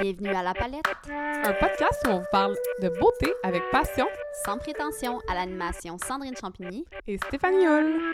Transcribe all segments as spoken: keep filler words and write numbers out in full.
Bienvenue à La Palette, Un podcast où on vous parle de beauté avec passion sans prétention, à l'animation Sandrine Champigny. et Stéphanie Hull.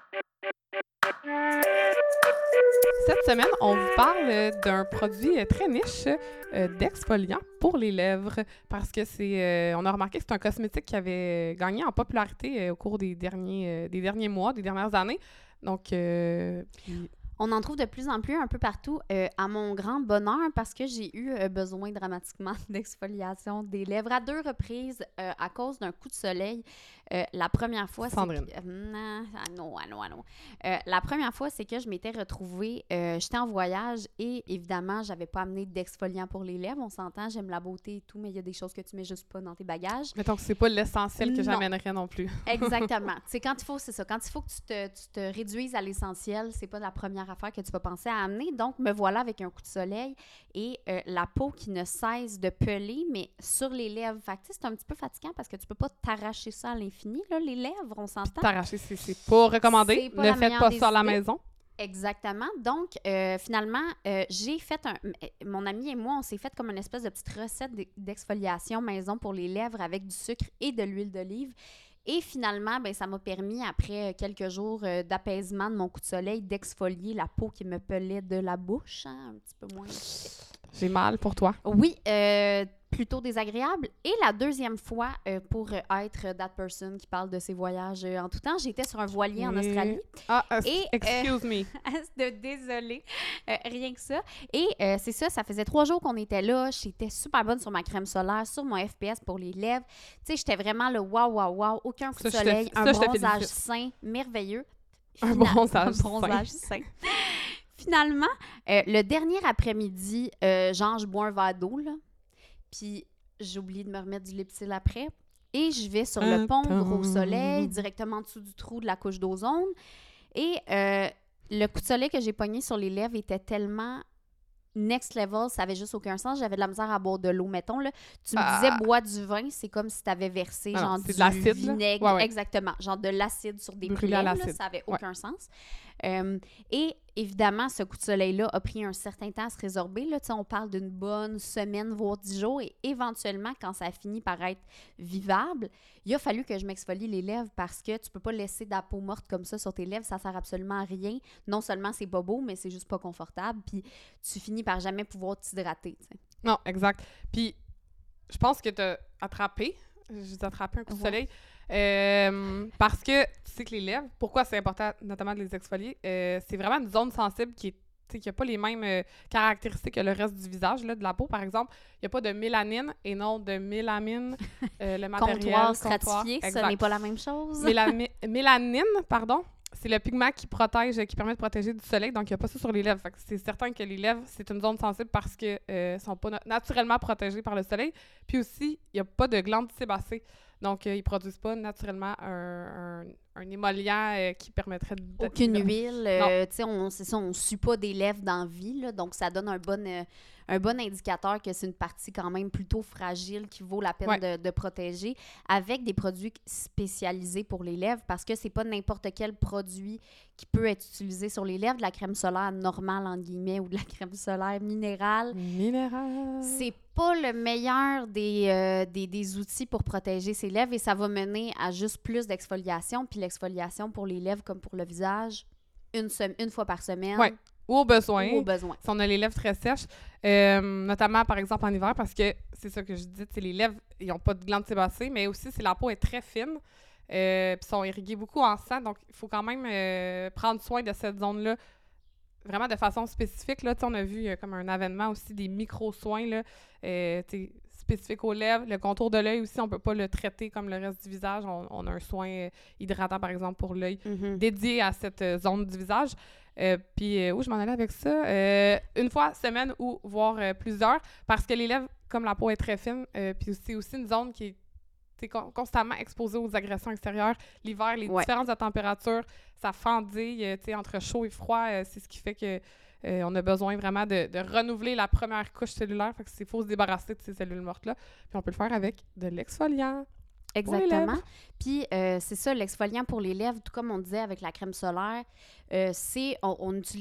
Cette semaine, on vous parle d'un produit euh, très niche euh, d'exfoliant pour les lèvres parce que c'est, euh, on a remarqué que c'est un cosmétique qui avait gagné en popularité euh, au cours des derniers, euh, des derniers mois, des dernières années. Donc, euh, puis... On en trouve de plus en plus un peu partout, euh, à mon grand bonheur, parce que j'ai eu euh, besoin dramatiquement d'exfoliation des lèvres à deux reprises euh, à cause d'un coup de soleil. Euh, la première fois, Sandrine. c'est que... Euh, non, ah non, ah non, ah non. Euh, la première fois, c'est que je m'étais retrouvée, euh, j'étais en voyage et évidemment, j'avais pas amené d'exfoliant pour les lèvres. On s'entend, j'aime la beauté et tout, mais il y a des choses que tu mets juste pas dans tes bagages. Mettons que c'est pas l'essentiel que Non. j'amènerais non plus. Exactement. Tu sais, quand il faut, c'est ça. Quand il faut que tu te, tu te réduises à l'essentiel, c'est pas la première affaire que tu vas penser à amener. Donc, me voilà avec un coup de soleil et euh, la peau qui ne cesse de peler, mais sur les lèvres. Fait que, tu sais, c'est un petit peu fatigant parce que tu peux pas t'arracher ça à l'infini, là, les lèvres, on s'entend. T'arracher, c'est, c'est pas recommandé. C'est pas ne la faites meilleure pas des ça à la idées. maison. Exactement. Donc, euh, finalement, euh, j'ai fait un... Mon ami et moi, on s'est fait comme une espèce de petite recette d'exfoliation maison pour les lèvres avec du sucre et de l'huile d'olive. Et finalement, ben, ça m'a permis, après quelques jours euh, d'apaisement de mon coup de soleil, d'exfolier la peau qui me pelait de la bouche, hein, un petit peu moins. J'ai mal pour toi. Oui, euh, plutôt désagréable. Et la deuxième fois, euh, pour euh, être that person qui parle de ses voyages euh, en tout temps, j'étais sur un voilier en Et- Australie. Ah, euh, Et, excuse me. de désolée, euh, rien que ça. Et euh, c'est ça, ça faisait trois jours qu'on était là. J'étais super bonne sur ma crème solaire, sur mon F P S pour les lèvres. Tu sais, j'étais vraiment le waouh, waouh, waouh. Aucun coup de Ça, je te- soleil, ça, un je te bronzage félicite. sain, merveilleux. Un Fina- bronzage un bronzage sain. Finalement, euh, le dernier après-midi, euh, genre, je bois un verre d'eau, là. Puis, j'ai oublié de me remettre du Lipsil après. Et je vais sur le pont, gros soleil, directement en dessous du trou de la couche d'ozone. Et euh, le coup de soleil que j'ai pogné sur les lèvres était tellement next level, ça avait juste aucun sens. J'avais de la misère à boire de l'eau, mettons. Là. Tu me Ah. disais, bois du vin, c'est comme si tu avais versé Ah non, genre c'est du de l'acide, là. vinaigre. Ouais, ouais. Exactement. Genre de l'acide sur des Brûlé à plaies. Là, l'acide. ça avait Ouais. aucun sens. Euh, et évidemment, ce coup de soleil-là a pris un certain temps à se résorber. Là. Tu sais, on parle d'une bonne semaine, voire dix jours. Et éventuellement, quand ça a fini par être vivable, il a fallu que je m'exfolie les lèvres parce que tu peux pas laisser de la peau morte comme ça sur tes lèvres. Ça sert absolument à rien. Non seulement c'est pas beau, mais c'est juste pas confortable. Puis tu finis par jamais pouvoir t'hydrater. Tu sais. Non, exact. Puis, je pense que t'as attrapé, j'ai attrapé un coup de Ouais. soleil, euh, parce que tu sais que les lèvres, pourquoi c'est important notamment de les exfolier, euh, c'est vraiment une zone sensible qui est tu sais, qui n'a pas les mêmes euh, caractéristiques que le reste du visage, là, de la peau, par exemple. Il n'y a pas de mélanine et non de mélamine, euh, le matériel. Comptoir stratifié, comptoir, ce exact. n'est pas la même chose. Mélami- mélanine, pardon, c'est le pigment qui protège, qui permet de protéger du soleil, donc il n'y a pas ça sur les lèvres. Fait que c'est certain que les lèvres, c'est une zone sensible parce qu'elles ne sont pas na- naturellement protégées par le soleil. Puis aussi, il n'y a pas de glandes sébacées, donc euh, ils ne produisent pas naturellement un, un, un émollient euh, qui permettrait de... Aucune de- huile. Euh, tu sais, on, c'est ça, on ne sue pas des lèvres dans la vie, là, donc ça donne un bon, euh, un bon indicateur que c'est une partie quand même plutôt fragile qui vaut la peine Ouais. de, de protéger avec des produits spécialisés pour les lèvres parce que c'est pas n'importe quel produit qui peut être utilisé sur les lèvres. De la crème solaire normale, entre guillemets, ou de la crème solaire minérale. Minéral. C'est pas le meilleur des, euh, des, des outils pour protéger ses lèvres et ça va mener à juste plus d'exfoliation. Puis l'exfoliation pour les lèvres comme pour le visage, une, sem- une fois par semaine. Ouais. Ou au besoin. Ou au besoin. Si on a les lèvres très sèches, euh, notamment par exemple en hiver, parce que c'est ça que je dis, tu sais, les lèvres, ils n'ont pas de glandes sébacées, mais aussi si la peau est très fine, euh, puis sont irriguées beaucoup en sang, donc il faut quand même euh, prendre soin de cette zone-là, vraiment de façon spécifique. Là, tu sais, on a vu euh, comme un avènement aussi des micro-soins là, euh, tu sais, spécifiques aux lèvres. Le contour de l'œil aussi, on ne peut pas le traiter comme le reste du visage. On, on a un soin euh, hydratant, par exemple, pour l'œil Mhm. dédié à cette euh, zone du visage. Euh, puis euh, où je m'en allais avec ça? Euh, une fois semaine ou voire euh, plusieurs, parce que les lèvres, comme la peau est très fine, euh, puis c'est aussi une zone qui est tu sais, con- constamment exposée aux agressions extérieures. L'hiver, les Ouais. différences de température, ça fendille euh, tu sais, entre chaud et froid. euh, c'est ce qui fait que euh, on a besoin vraiment de, de renouveler la première couche cellulaire. Fait que c'est faut se débarrasser de ces cellules mortes-là. Puis on peut le faire avec de l'exfoliant. Exactement. Puis euh, c'est ça, l'exfoliant pour les lèvres, tout comme on disait avec la crème solaire, euh, c'est on, on utilise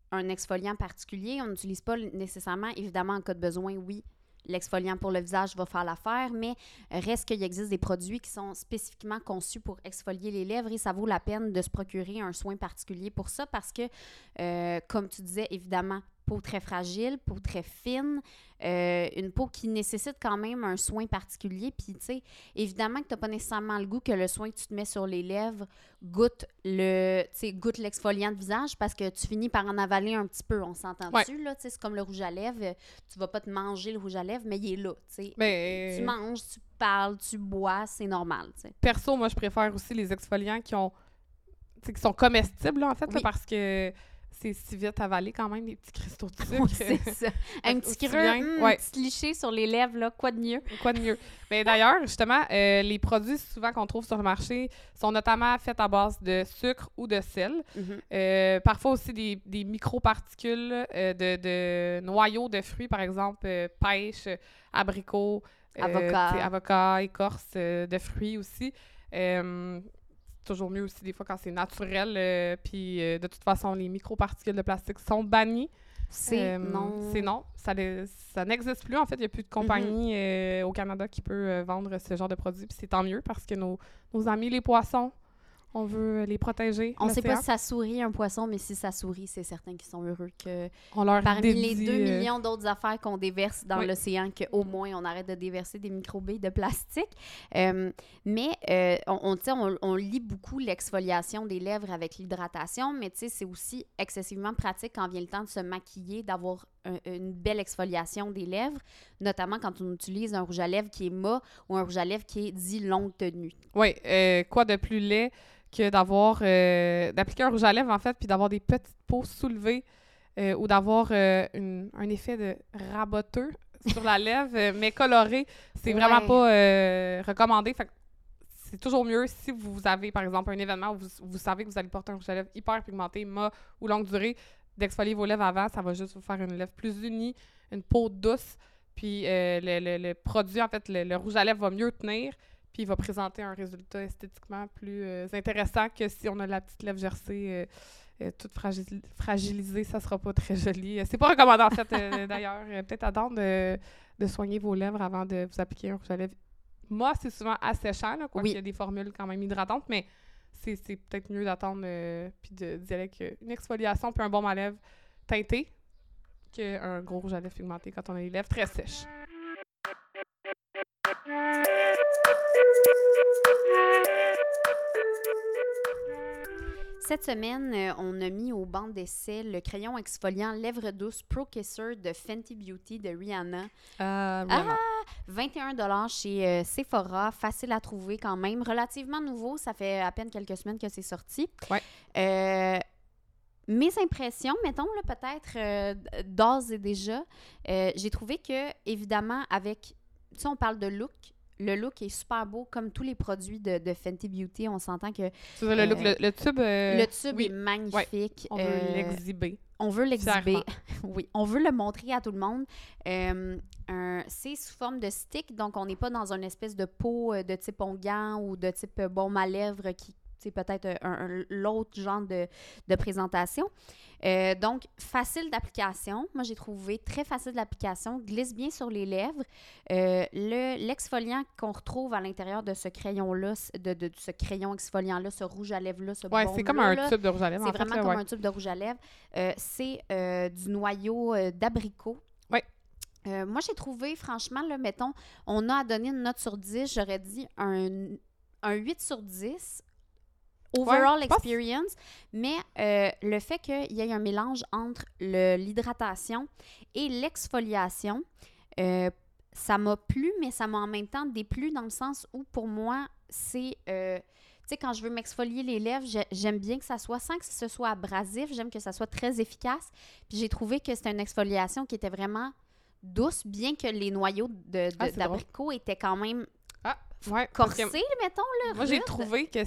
un exfoliant particulier. On n'utilise pas nécessairement, évidemment, en cas de besoin, oui, l'exfoliant pour le visage va faire l'affaire, mais reste qu'il existe des produits qui sont spécifiquement conçus pour exfolier les lèvres et ça vaut la peine de se procurer un soin particulier pour ça parce que, euh, comme tu disais, évidemment, peau très fragile, peau très fine, euh, une peau qui nécessite quand même un soin particulier. Puis, tu sais, évidemment que tu n'as pas nécessairement le goût que le soin que tu te mets sur les lèvres goûte le, tu sais, goûte l'exfoliant de visage parce que tu finis par en avaler un petit peu. On s'entend-tu, ouais. là? Tu sais, c'est comme le rouge à lèvres. Tu vas pas te manger le rouge à lèvres, mais il est là, tu sais. Mais... Tu manges, tu parles, tu bois, c'est normal, tu sais. Perso, moi, je préfère aussi les exfoliants qui ont, tu sais, qui sont comestibles, là, en fait, Oui. là, parce que c'est si vite avalé quand même, des petits cristaux de sucre. Oui, c'est ça. Un petit creux, hum, ouais. un petit liché sur les lèvres, là, quoi de mieux? Quoi de mieux? Mais d'ailleurs, justement, euh, les produits souvent qu'on trouve sur le marché sont notamment faits à base de sucre ou de sel. Mm-hmm. Euh, parfois aussi des, des microparticules euh, de, de noyaux de fruits, par exemple, euh, pêche, abricot, euh, avocat. avocat, écorce euh, de fruits aussi. Euh, toujours mieux aussi des fois quand c'est naturel. Euh, puis euh, de toute façon, les microparticules de plastique sont bannies. C'est euh, non. C'est non. Ça, les, ça n'existe plus. En fait, il n'y a plus de compagnie mm-hmm. euh, au Canada qui peut euh, vendre ce genre de produits. Puis c'est tant mieux parce que nos, nos amis les poissons, on veut les protéger. On ne sait pas si ça sourit un poisson, mais si ça sourit, c'est certain qu'ils sont heureux que on leur parmi dédie, les deux euh... millions d'autres affaires qu'on déverse dans oui. l'océan, qu'au moins on arrête de déverser des microbilles de plastique. Euh, mais euh, on, on, on, on lit beaucoup l'exfoliation des lèvres avec l'hydratation, mais c'est aussi excessivement pratique quand vient le temps de se maquiller, d'avoir un, une belle exfoliation des lèvres, notamment quand on utilise un rouge à lèvres qui est mat ou un rouge à lèvres qui est dit longue tenue. Oui, euh, quoi de plus laid que d'avoir euh, d'appliquer un rouge à lèvres, en fait, puis d'avoir des petites peaux soulevées euh, ou d'avoir euh, une, un effet de raboteux sur la lèvre, euh, mais coloré. C'est ouais. vraiment pas euh, recommandé. Fait que c'est toujours mieux si vous avez, par exemple, un événement où vous, vous savez que vous allez porter un rouge à lèvres hyper pigmenté, mat ou longue durée, d'exfolier vos lèvres avant. Ça va juste vous faire une lèvre plus unie, une peau douce. Puis euh, le, le, le produit, en fait, le, le rouge à lèvres va mieux tenir. Puis il va présenter un résultat esthétiquement plus euh, intéressant que si on a la petite lèvre gercée euh, euh, toute fragil- fragilisée, ça sera pas très joli. C'est pas recommandé en fait euh, d'ailleurs. Euh, peut-être attendre de, de soigner vos lèvres avant de vous appliquer un rouge à lèvres. Moi, c'est souvent asséchant, là, quoi oui. qu'il y a des formules quand même hydratantes, mais c'est, c'est peut-être mieux d'attendre euh, puis de d'y aller avec une exfoliation puis un baume à lèvres teinté qu'un gros rouge à lèvres pigmenté quand on a les lèvres très sèches. Cette semaine, euh, on a mis au banc d'essai le crayon exfoliant Lèvres douces Pro Kisser de Fenty Beauty de Rihanna. Euh, Rihanna. Ah, vingt et un dollars chez euh, Sephora. Facile à trouver quand même. Relativement nouveau. Ça fait à peine quelques semaines que c'est sorti. Ouais. Euh, mes impressions, mettons, là, peut-être euh, d'ores et déjà, euh, j'ai trouvé que, évidemment, avec... Tu sais, on parle de look. Le look est super beau, comme tous les produits de, de Fenty Beauty. On s'entend que... Tu veux le look, le, le tube... Euh, le tube oui. est magnifique. Ouais. On veut euh, l'exhiber. On veut l'exhiber. Oui, on veut le montrer à tout le monde. Euh, un, c'est sous forme de stick, donc on n'est pas dans une espèce de pot de type onguent ou de type baume à lèvres qui... C'est peut-être un, un, l'autre genre de, de présentation. Euh, donc, facile d'application. Moi, j'ai trouvé très facile d'application. Glisse bien sur les lèvres. Euh, le, l'exfoliant qu'on retrouve à l'intérieur de ce crayon-là, de, de, de ce crayon exfoliant-là, ce rouge à lèvres-là, ce ouais, c'est comme un là, tube de rouge à lèvres. C'est en vraiment fait, comme ouais. un tube de rouge à lèvres. Euh, c'est euh, du noyau euh, d'abricot. Oui. Euh, moi, j'ai trouvé, franchement, là, mettons, on a à donner une note sur dix. J'aurais dit un, un huit sur dix. Overall ouais, experience, mais euh, le fait qu'il y ait un mélange entre le, l'hydratation et l'exfoliation, euh, ça m'a plu, mais ça m'a en même temps déplu dans le sens où, pour moi, c'est... Euh, tu sais, quand je veux m'exfolier les lèvres, j'aime bien que ça soit, sans que ce soit abrasif, j'aime que ça soit très efficace. Puis j'ai trouvé que c'était une exfoliation qui était vraiment douce, bien que les noyaux de, de, ah, d'abricot drôle. Étaient quand même ah, ouais, corsés, que, mettons. Là, moi, rude. J'ai trouvé que...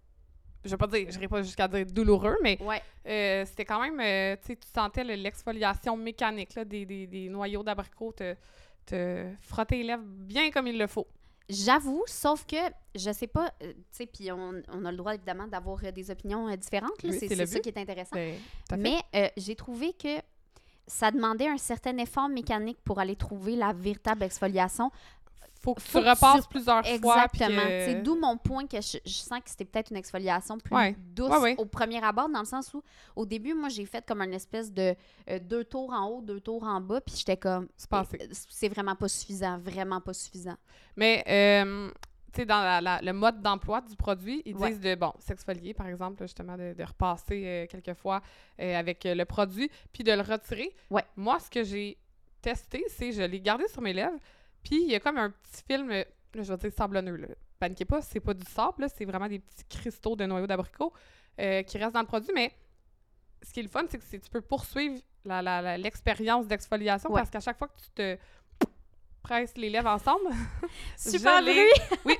Je vais pas dire, je n'irai pas jusqu'à dire douloureux, mais ouais. euh, c'était quand même, euh, tu sais, tu sentais le, l'exfoliation mécanique là, des, des, des noyaux d'abricot te, te frotter les lèvres bien comme il le faut. J'avoue, sauf que, je sais pas, euh, tu sais, puis on, on a le droit, évidemment, d'avoir euh, des opinions euh, différentes, là, Oui, c'est, c'est c'est le ça but. qui est intéressant. Ben, tout à fait. Mais euh, j'ai trouvé que ça demandait un certain effort mécanique pour aller trouver la véritable exfoliation. Faut que Faut tu que repasses tu- plusieurs fois. Exactement. puis Tu sais, que- d'où mon point que je, je sens que c'était peut-être une exfoliation plus Ouais. douce Ouais, ouais. au premier abord, dans le sens où, au début, moi, j'ai fait comme une espèce de euh, deux tours en haut, deux tours en bas, puis j'étais comme, C'est passé. euh, c'est vraiment pas suffisant, vraiment pas suffisant. Mais, euh, tu sais, dans la, la- le mode d'emploi du produit, ils Ouais. disent de, bon, s'exfolier, par exemple, justement, de, de repasser euh, quelques fois euh, avec euh, le produit, puis de le retirer. Ouais. Moi, ce que j'ai testé, c'est je l'ai gardé sur mes lèvres, puis il y a comme un petit film, euh, là, je vais dire sablonneux, là. Paniquez pas, c'est pas du sable, là, c'est vraiment des petits cristaux de noyaux d'abricot euh, qui restent dans le produit, mais ce qui est le fun, c'est que c'est- tu peux poursuivre la- la- la- l'expérience d'exfoliation Ouais. parce qu'à chaque fois que tu te presses les lèvres ensemble, Super je l'ai- bruit! Oui.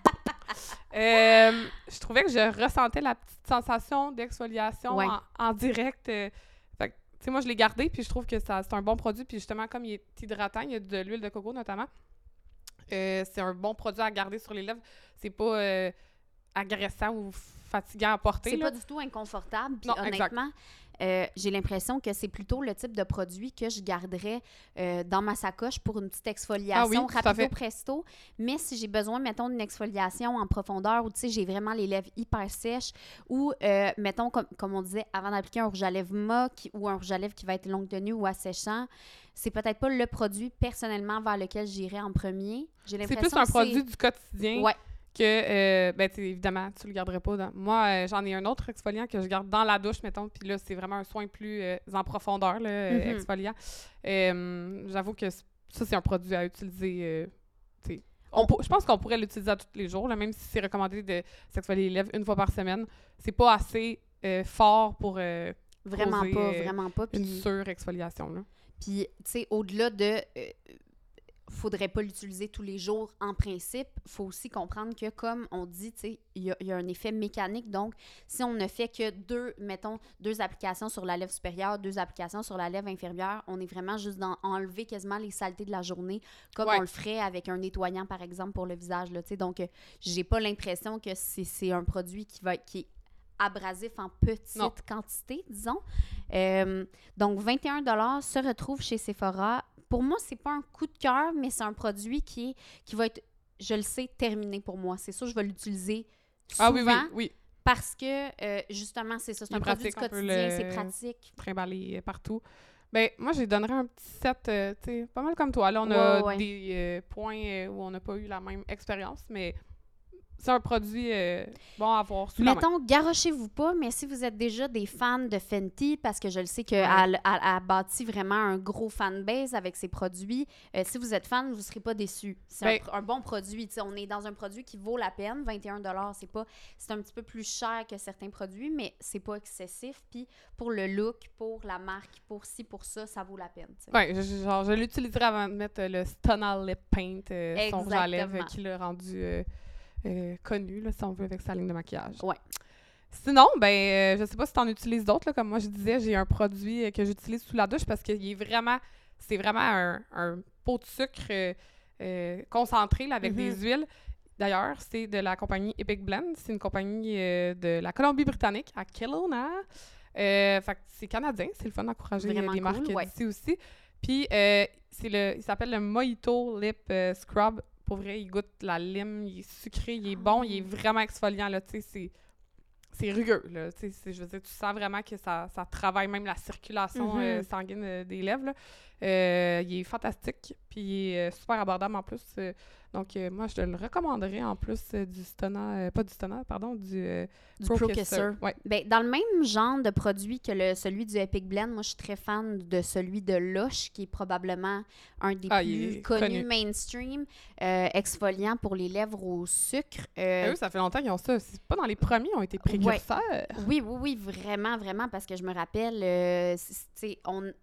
Euh, je trouvais que je ressentais la petite sensation d'exfoliation Ouais. en, en direct. euh, fait que, tu sais, moi, je l'ai gardé, puis je trouve que ça, c'est un bon produit. Puis justement, comme il est hydratant, il y a de l'huile de coco notamment. Euh, c'est un bon produit à garder sur les lèvres. C'est pas euh, agressant ou fatigant à porter. C'est là. pas du tout inconfortable. Puis Non, exact. honnêtement, euh, j'ai l'impression que c'est plutôt le type de produit que je garderais euh, dans ma sacoche pour une petite exfoliation Ah oui, tout à rapido fait. presto. Mais si j'ai besoin, mettons, d'une exfoliation en profondeur où, tu sais, j'ai vraiment les lèvres hyper sèches ou, euh, mettons, comme, comme on disait, avant d'appliquer un rouge à lèvres mat qui- ou un rouge à lèvres qui va être longue tenue ou asséchant, c'est peut-être pas le produit personnellement vers lequel j'irais en premier. J'ai C'est l'impression plus un que produit c'est... du quotidien Ouais. que, euh, ben, tu sais, évidemment, tu le garderais pas. Dans... Moi, euh, j'en ai un autre exfoliant que je garde dans la douche, mettons, puis là, c'est vraiment un soin plus euh, en profondeur, là, euh, Mhm. exfoliant. Euh, j'avoue que c- ça, c'est un produit à utiliser, euh, tu sais. On- On pour- Je pense qu'on pourrait l'utiliser à tous les jours, là, même si c'est recommandé de s'exfolier les lèvres une fois par semaine. C'est pas assez euh, fort pour euh, Vraiment causer, pas, euh, vraiment pas. une Puis... surexfoliation, là. Puis, tu sais, au-delà de... euh, faudrait pas l'utiliser tous les jours en principe. Faut aussi comprendre que, comme on dit, tu sais, il y, a- il y a un effet mécanique. Donc, si on ne fait que deux, mettons, deux applications sur la lèvre supérieure, deux applications sur la lèvre inférieure, on est vraiment juste dans enlever quasiment les saletés de la journée, comme Ouais. on le ferait avec un nettoyant, par exemple, pour le visage, là, tu sais. Donc, euh, j'ai pas l'impression que c'est, c'est un produit qui va qui est abrasif en petite Non. quantité, disons. Euh, donc, vingt et un dollars se retrouve chez Sephora. Pour moi, c'est pas un coup de cœur, mais c'est un produit qui, est, qui va être, je le sais, terminé pour moi. C'est sûr, je vais l'utiliser souvent Ah oui, oui, oui. parce que, euh, justement, c'est ça. C'est Il un est produit du pratique, on peut quotidien, le- c'est pratique. Trimballer euh, partout. Ben, moi, j'ai donnerais un petit set, euh, tu sais, pas mal comme toi. Là, on Ouais, a ouais. des euh, points euh, où on n'a pas eu la même expérience, mais c'est un produit euh, bon à avoir sous la main. Mettons, garochez-vous pas, mais si vous êtes déjà des fans de Fenty, parce que je le sais qu'elle Ouais. elle, elle bâtit vraiment un gros fanbase avec ses produits, euh, si vous êtes fan, vous ne serez pas déçus. C'est Ben- un, pr- un bon produit. Tu sais, on est dans un produit qui vaut la peine. vingt et un dollars, c'est pas, c'est un petit peu plus cher que certains produits, mais c'est pas excessif. Puis pour le look, pour la marque, pour ci, pour ça, ça vaut la peine. tu sais. Ouais, je, je- genre, je l'utiliserai avant de mettre euh, le Stunna Lip Paint, euh, son rouge à lèvres euh, Exactement. qui l'a rendu euh, euh, connu, là, si on veut, avec sa ligne de maquillage. Ouais. Sinon, ben, euh, je sais pas si tu en utilises d'autres, là, comme moi je disais, j'ai un produit euh, que j'utilise sous la douche parce qu'il est vraiment, c'est vraiment un, un pot de sucre euh, euh, concentré là, avec Mhm. des huiles. D'ailleurs, c'est de la compagnie Epic Blend. C'est une compagnie euh, de la Colombie-Britannique, à Kelowna. Euh, fait que c'est canadien, c'est le fun d'encourager euh, Vraiment des cool, marques ouais. d'ici aussi. Puis, euh, c'est le, il s'appelle le Mojito Lip euh, Scrub. Pour vrai, il goûte la lime, il est sucré, il est bon, il est vraiment exfoliant, là, tu sais, c'est... C'est rugueux, là, tu sais, c'est- je veux dire, tu sens vraiment que ça, ça travaille même la circulation Mhm. euh, sanguine euh, des lèvres, là. Euh, il est fantastique, puis il est euh, super abordable en plus. euh, donc, euh, moi, je te le recommanderais en plus euh, du Stunna, euh, pas du Stunna, pardon, du, euh, Du Pro Pro Kisser. Kisser. Ouais. Ben, dans le même genre de produit que le, celui du Epic Blend, moi, je suis très fan de celui de Lush, qui est probablement un des Ah, il plus est connus connu. mainstream, euh, exfoliant pour les lèvres au sucre. Euh, Ah oui, ça fait longtemps qu'ils ont ça. C'est pas dans les premiers, ils ont été précurseurs. oui, oui, oui, vraiment, vraiment, parce que je me rappelle, euh, c- c- tu sais, on...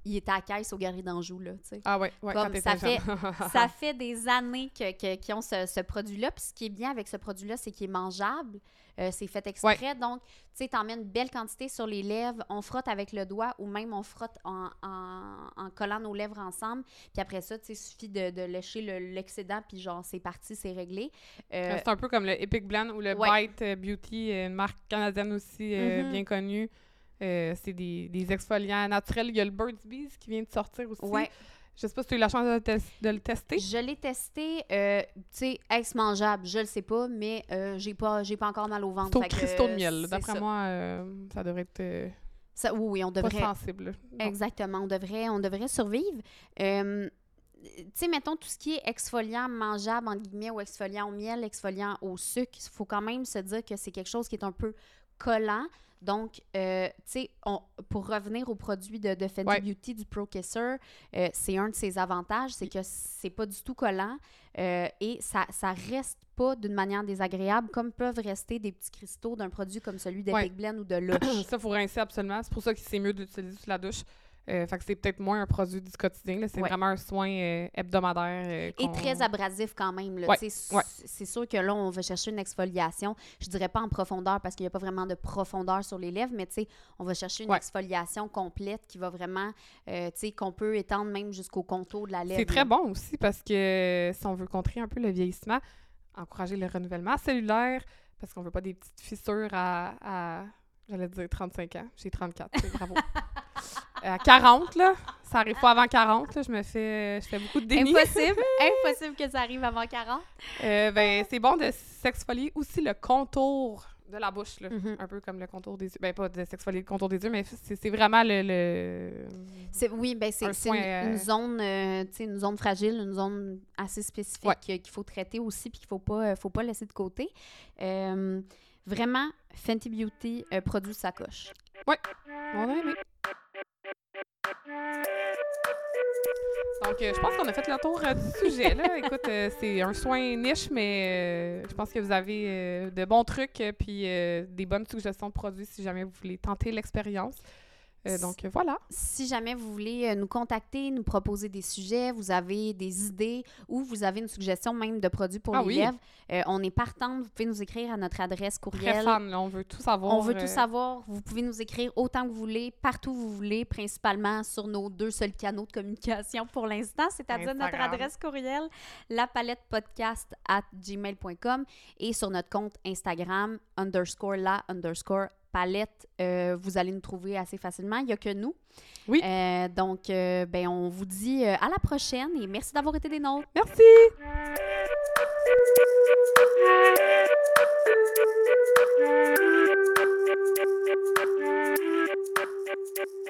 il était à la caisse au Galeries d'Anjou, là, tu sais. Ah ouais, ouais, Comme quand t'étais ça fait, jeune. ça fait des années que, que- qu'ils ont ce, ce produit-là. Puis ce qui est bien avec ce produit-là, c'est qu'il est mangeable. Euh, c'est fait exprès. Ouais. Donc, tu sais, t'en mets une belle quantité sur les lèvres. On frotte avec le doigt ou même on frotte en, en, en collant nos lèvres ensemble. Puis après ça, tu sais, il suffit de, de lécher le- l'excédent. Puis genre, c'est parti, c'est réglé. Euh, C'est un peu comme le Epic Blend ou le Ouais. Bite euh, Beauty, euh, une marque canadienne aussi euh, Mhm. bien connue. Euh, c'est des, des exfoliants naturels. Il y a le Burt's Bees qui vient de sortir aussi. ouais. Je sais pas si tu as eu la chance de, le tes- de le tester. Je l'ai testé, euh, tu sais, est-ce mangeable? Je le sais pas, mais euh, j'ai pas, j'ai pas encore mal au ventre. C'est au fait que, cristaux de euh, miel. c'est D'après ça. moi, euh, ça devrait être euh, Ça- oui, oui, on pas devrait. sensible. là. Non. Exactement, on devrait, on devrait survivre. Euh, tu sais, mettons, tout ce qui est exfoliant mangeable, entre guillemets, ou exfoliant au miel, exfoliant au sucre, il faut quand même se dire que c'est quelque chose qui est un peu collant. Donc, euh, tu sais, on- pour revenir au produit de, de Fenty Ouais. Beauty, du Pro Kisser, euh, c'est un de ses avantages, c'est que c'est pas du tout collant euh, et ça, ça reste pas d'une manière désagréable, comme peuvent rester des petits cristaux d'un produit comme celui d'Epic Ouais. Blend ou de Lush. Ça, il faut rincer absolument. C'est pour ça que c'est mieux d'utiliser sous la douche. Euh, fait que c'est peut-être moins un produit du quotidien. là. C'est Ouais. vraiment un soin euh, hebdomadaire. euh, Et qu'on- très abrasif quand même. Là. Ouais, Tu sais, ouais. c- C'est sûr que là, on va chercher une exfoliation. Je dirais pas en profondeur parce qu'il n'y a pas vraiment de profondeur sur les lèvres, mais tu sais, on va chercher une Ouais. exfoliation complète qui va vraiment, euh, tu sais, qu'on peut étendre même jusqu'au contour de la lèvre. C'est très là. bon aussi parce que euh, si on veut contrer un peu le vieillissement, encourager le renouvellement cellulaire, parce qu'on veut pas des petites fissures à, à j'allais dire trente-cinq ans. J'ai trente-quatre, c'est bravo. À quarante, là. Ça arrive pas avant quarante, là. Je me fais, je fais beaucoup de déni. Impossible, impossible que ça arrive avant quarante. Euh, ben, c'est bon de s'exfolier aussi le contour de la bouche, là. Mhm. Un peu comme le contour des yeux. Ben, pas de s'exfolier le contour des yeux, mais c'est c'est vraiment le... le... C'est, oui, ben c'est, Un c'est soin, une, euh, une zone, euh, tu sais, une zone fragile, une zone assez spécifique Ouais. euh, qu'il faut traiter aussi puis qu'il faut pas, euh, faut pas laisser de côté. Euh, vraiment, Fenty Beauty euh, produit sa coche. On a aimé. Donc, euh, je pense qu'on a fait le tour euh, du sujet. Là. Écoute, euh, c'est un soin niche, mais euh, je pense que vous avez euh, de bons trucs euh, puis euh, des bonnes suggestions de produits si jamais vous voulez tenter l'expérience. Euh, donc, euh, voilà. Si jamais vous voulez euh, nous contacter, nous proposer des sujets, vous avez des idées ou vous avez une suggestion même de produits pour Ah les oui. lèvres, euh, on est partante. Vous pouvez nous écrire à notre adresse Très courriel. fan, là, on veut tout savoir. On veut euh, tout savoir. Vous pouvez nous écrire autant que vous voulez, partout où vous voulez, principalement sur nos deux seuls canaux de communication pour l'instant, c'est-à-dire notre Instagram. adresse courriel, lapalettepodcast at gmail point com et sur notre compte Instagram, underscore la, underscore palette. Euh, vous allez nous trouver assez facilement. Il n'y a que nous. Oui. Euh, donc, euh, ben, on vous dit euh, à la prochaine et merci d'avoir été des nôtres. Merci! Thank you.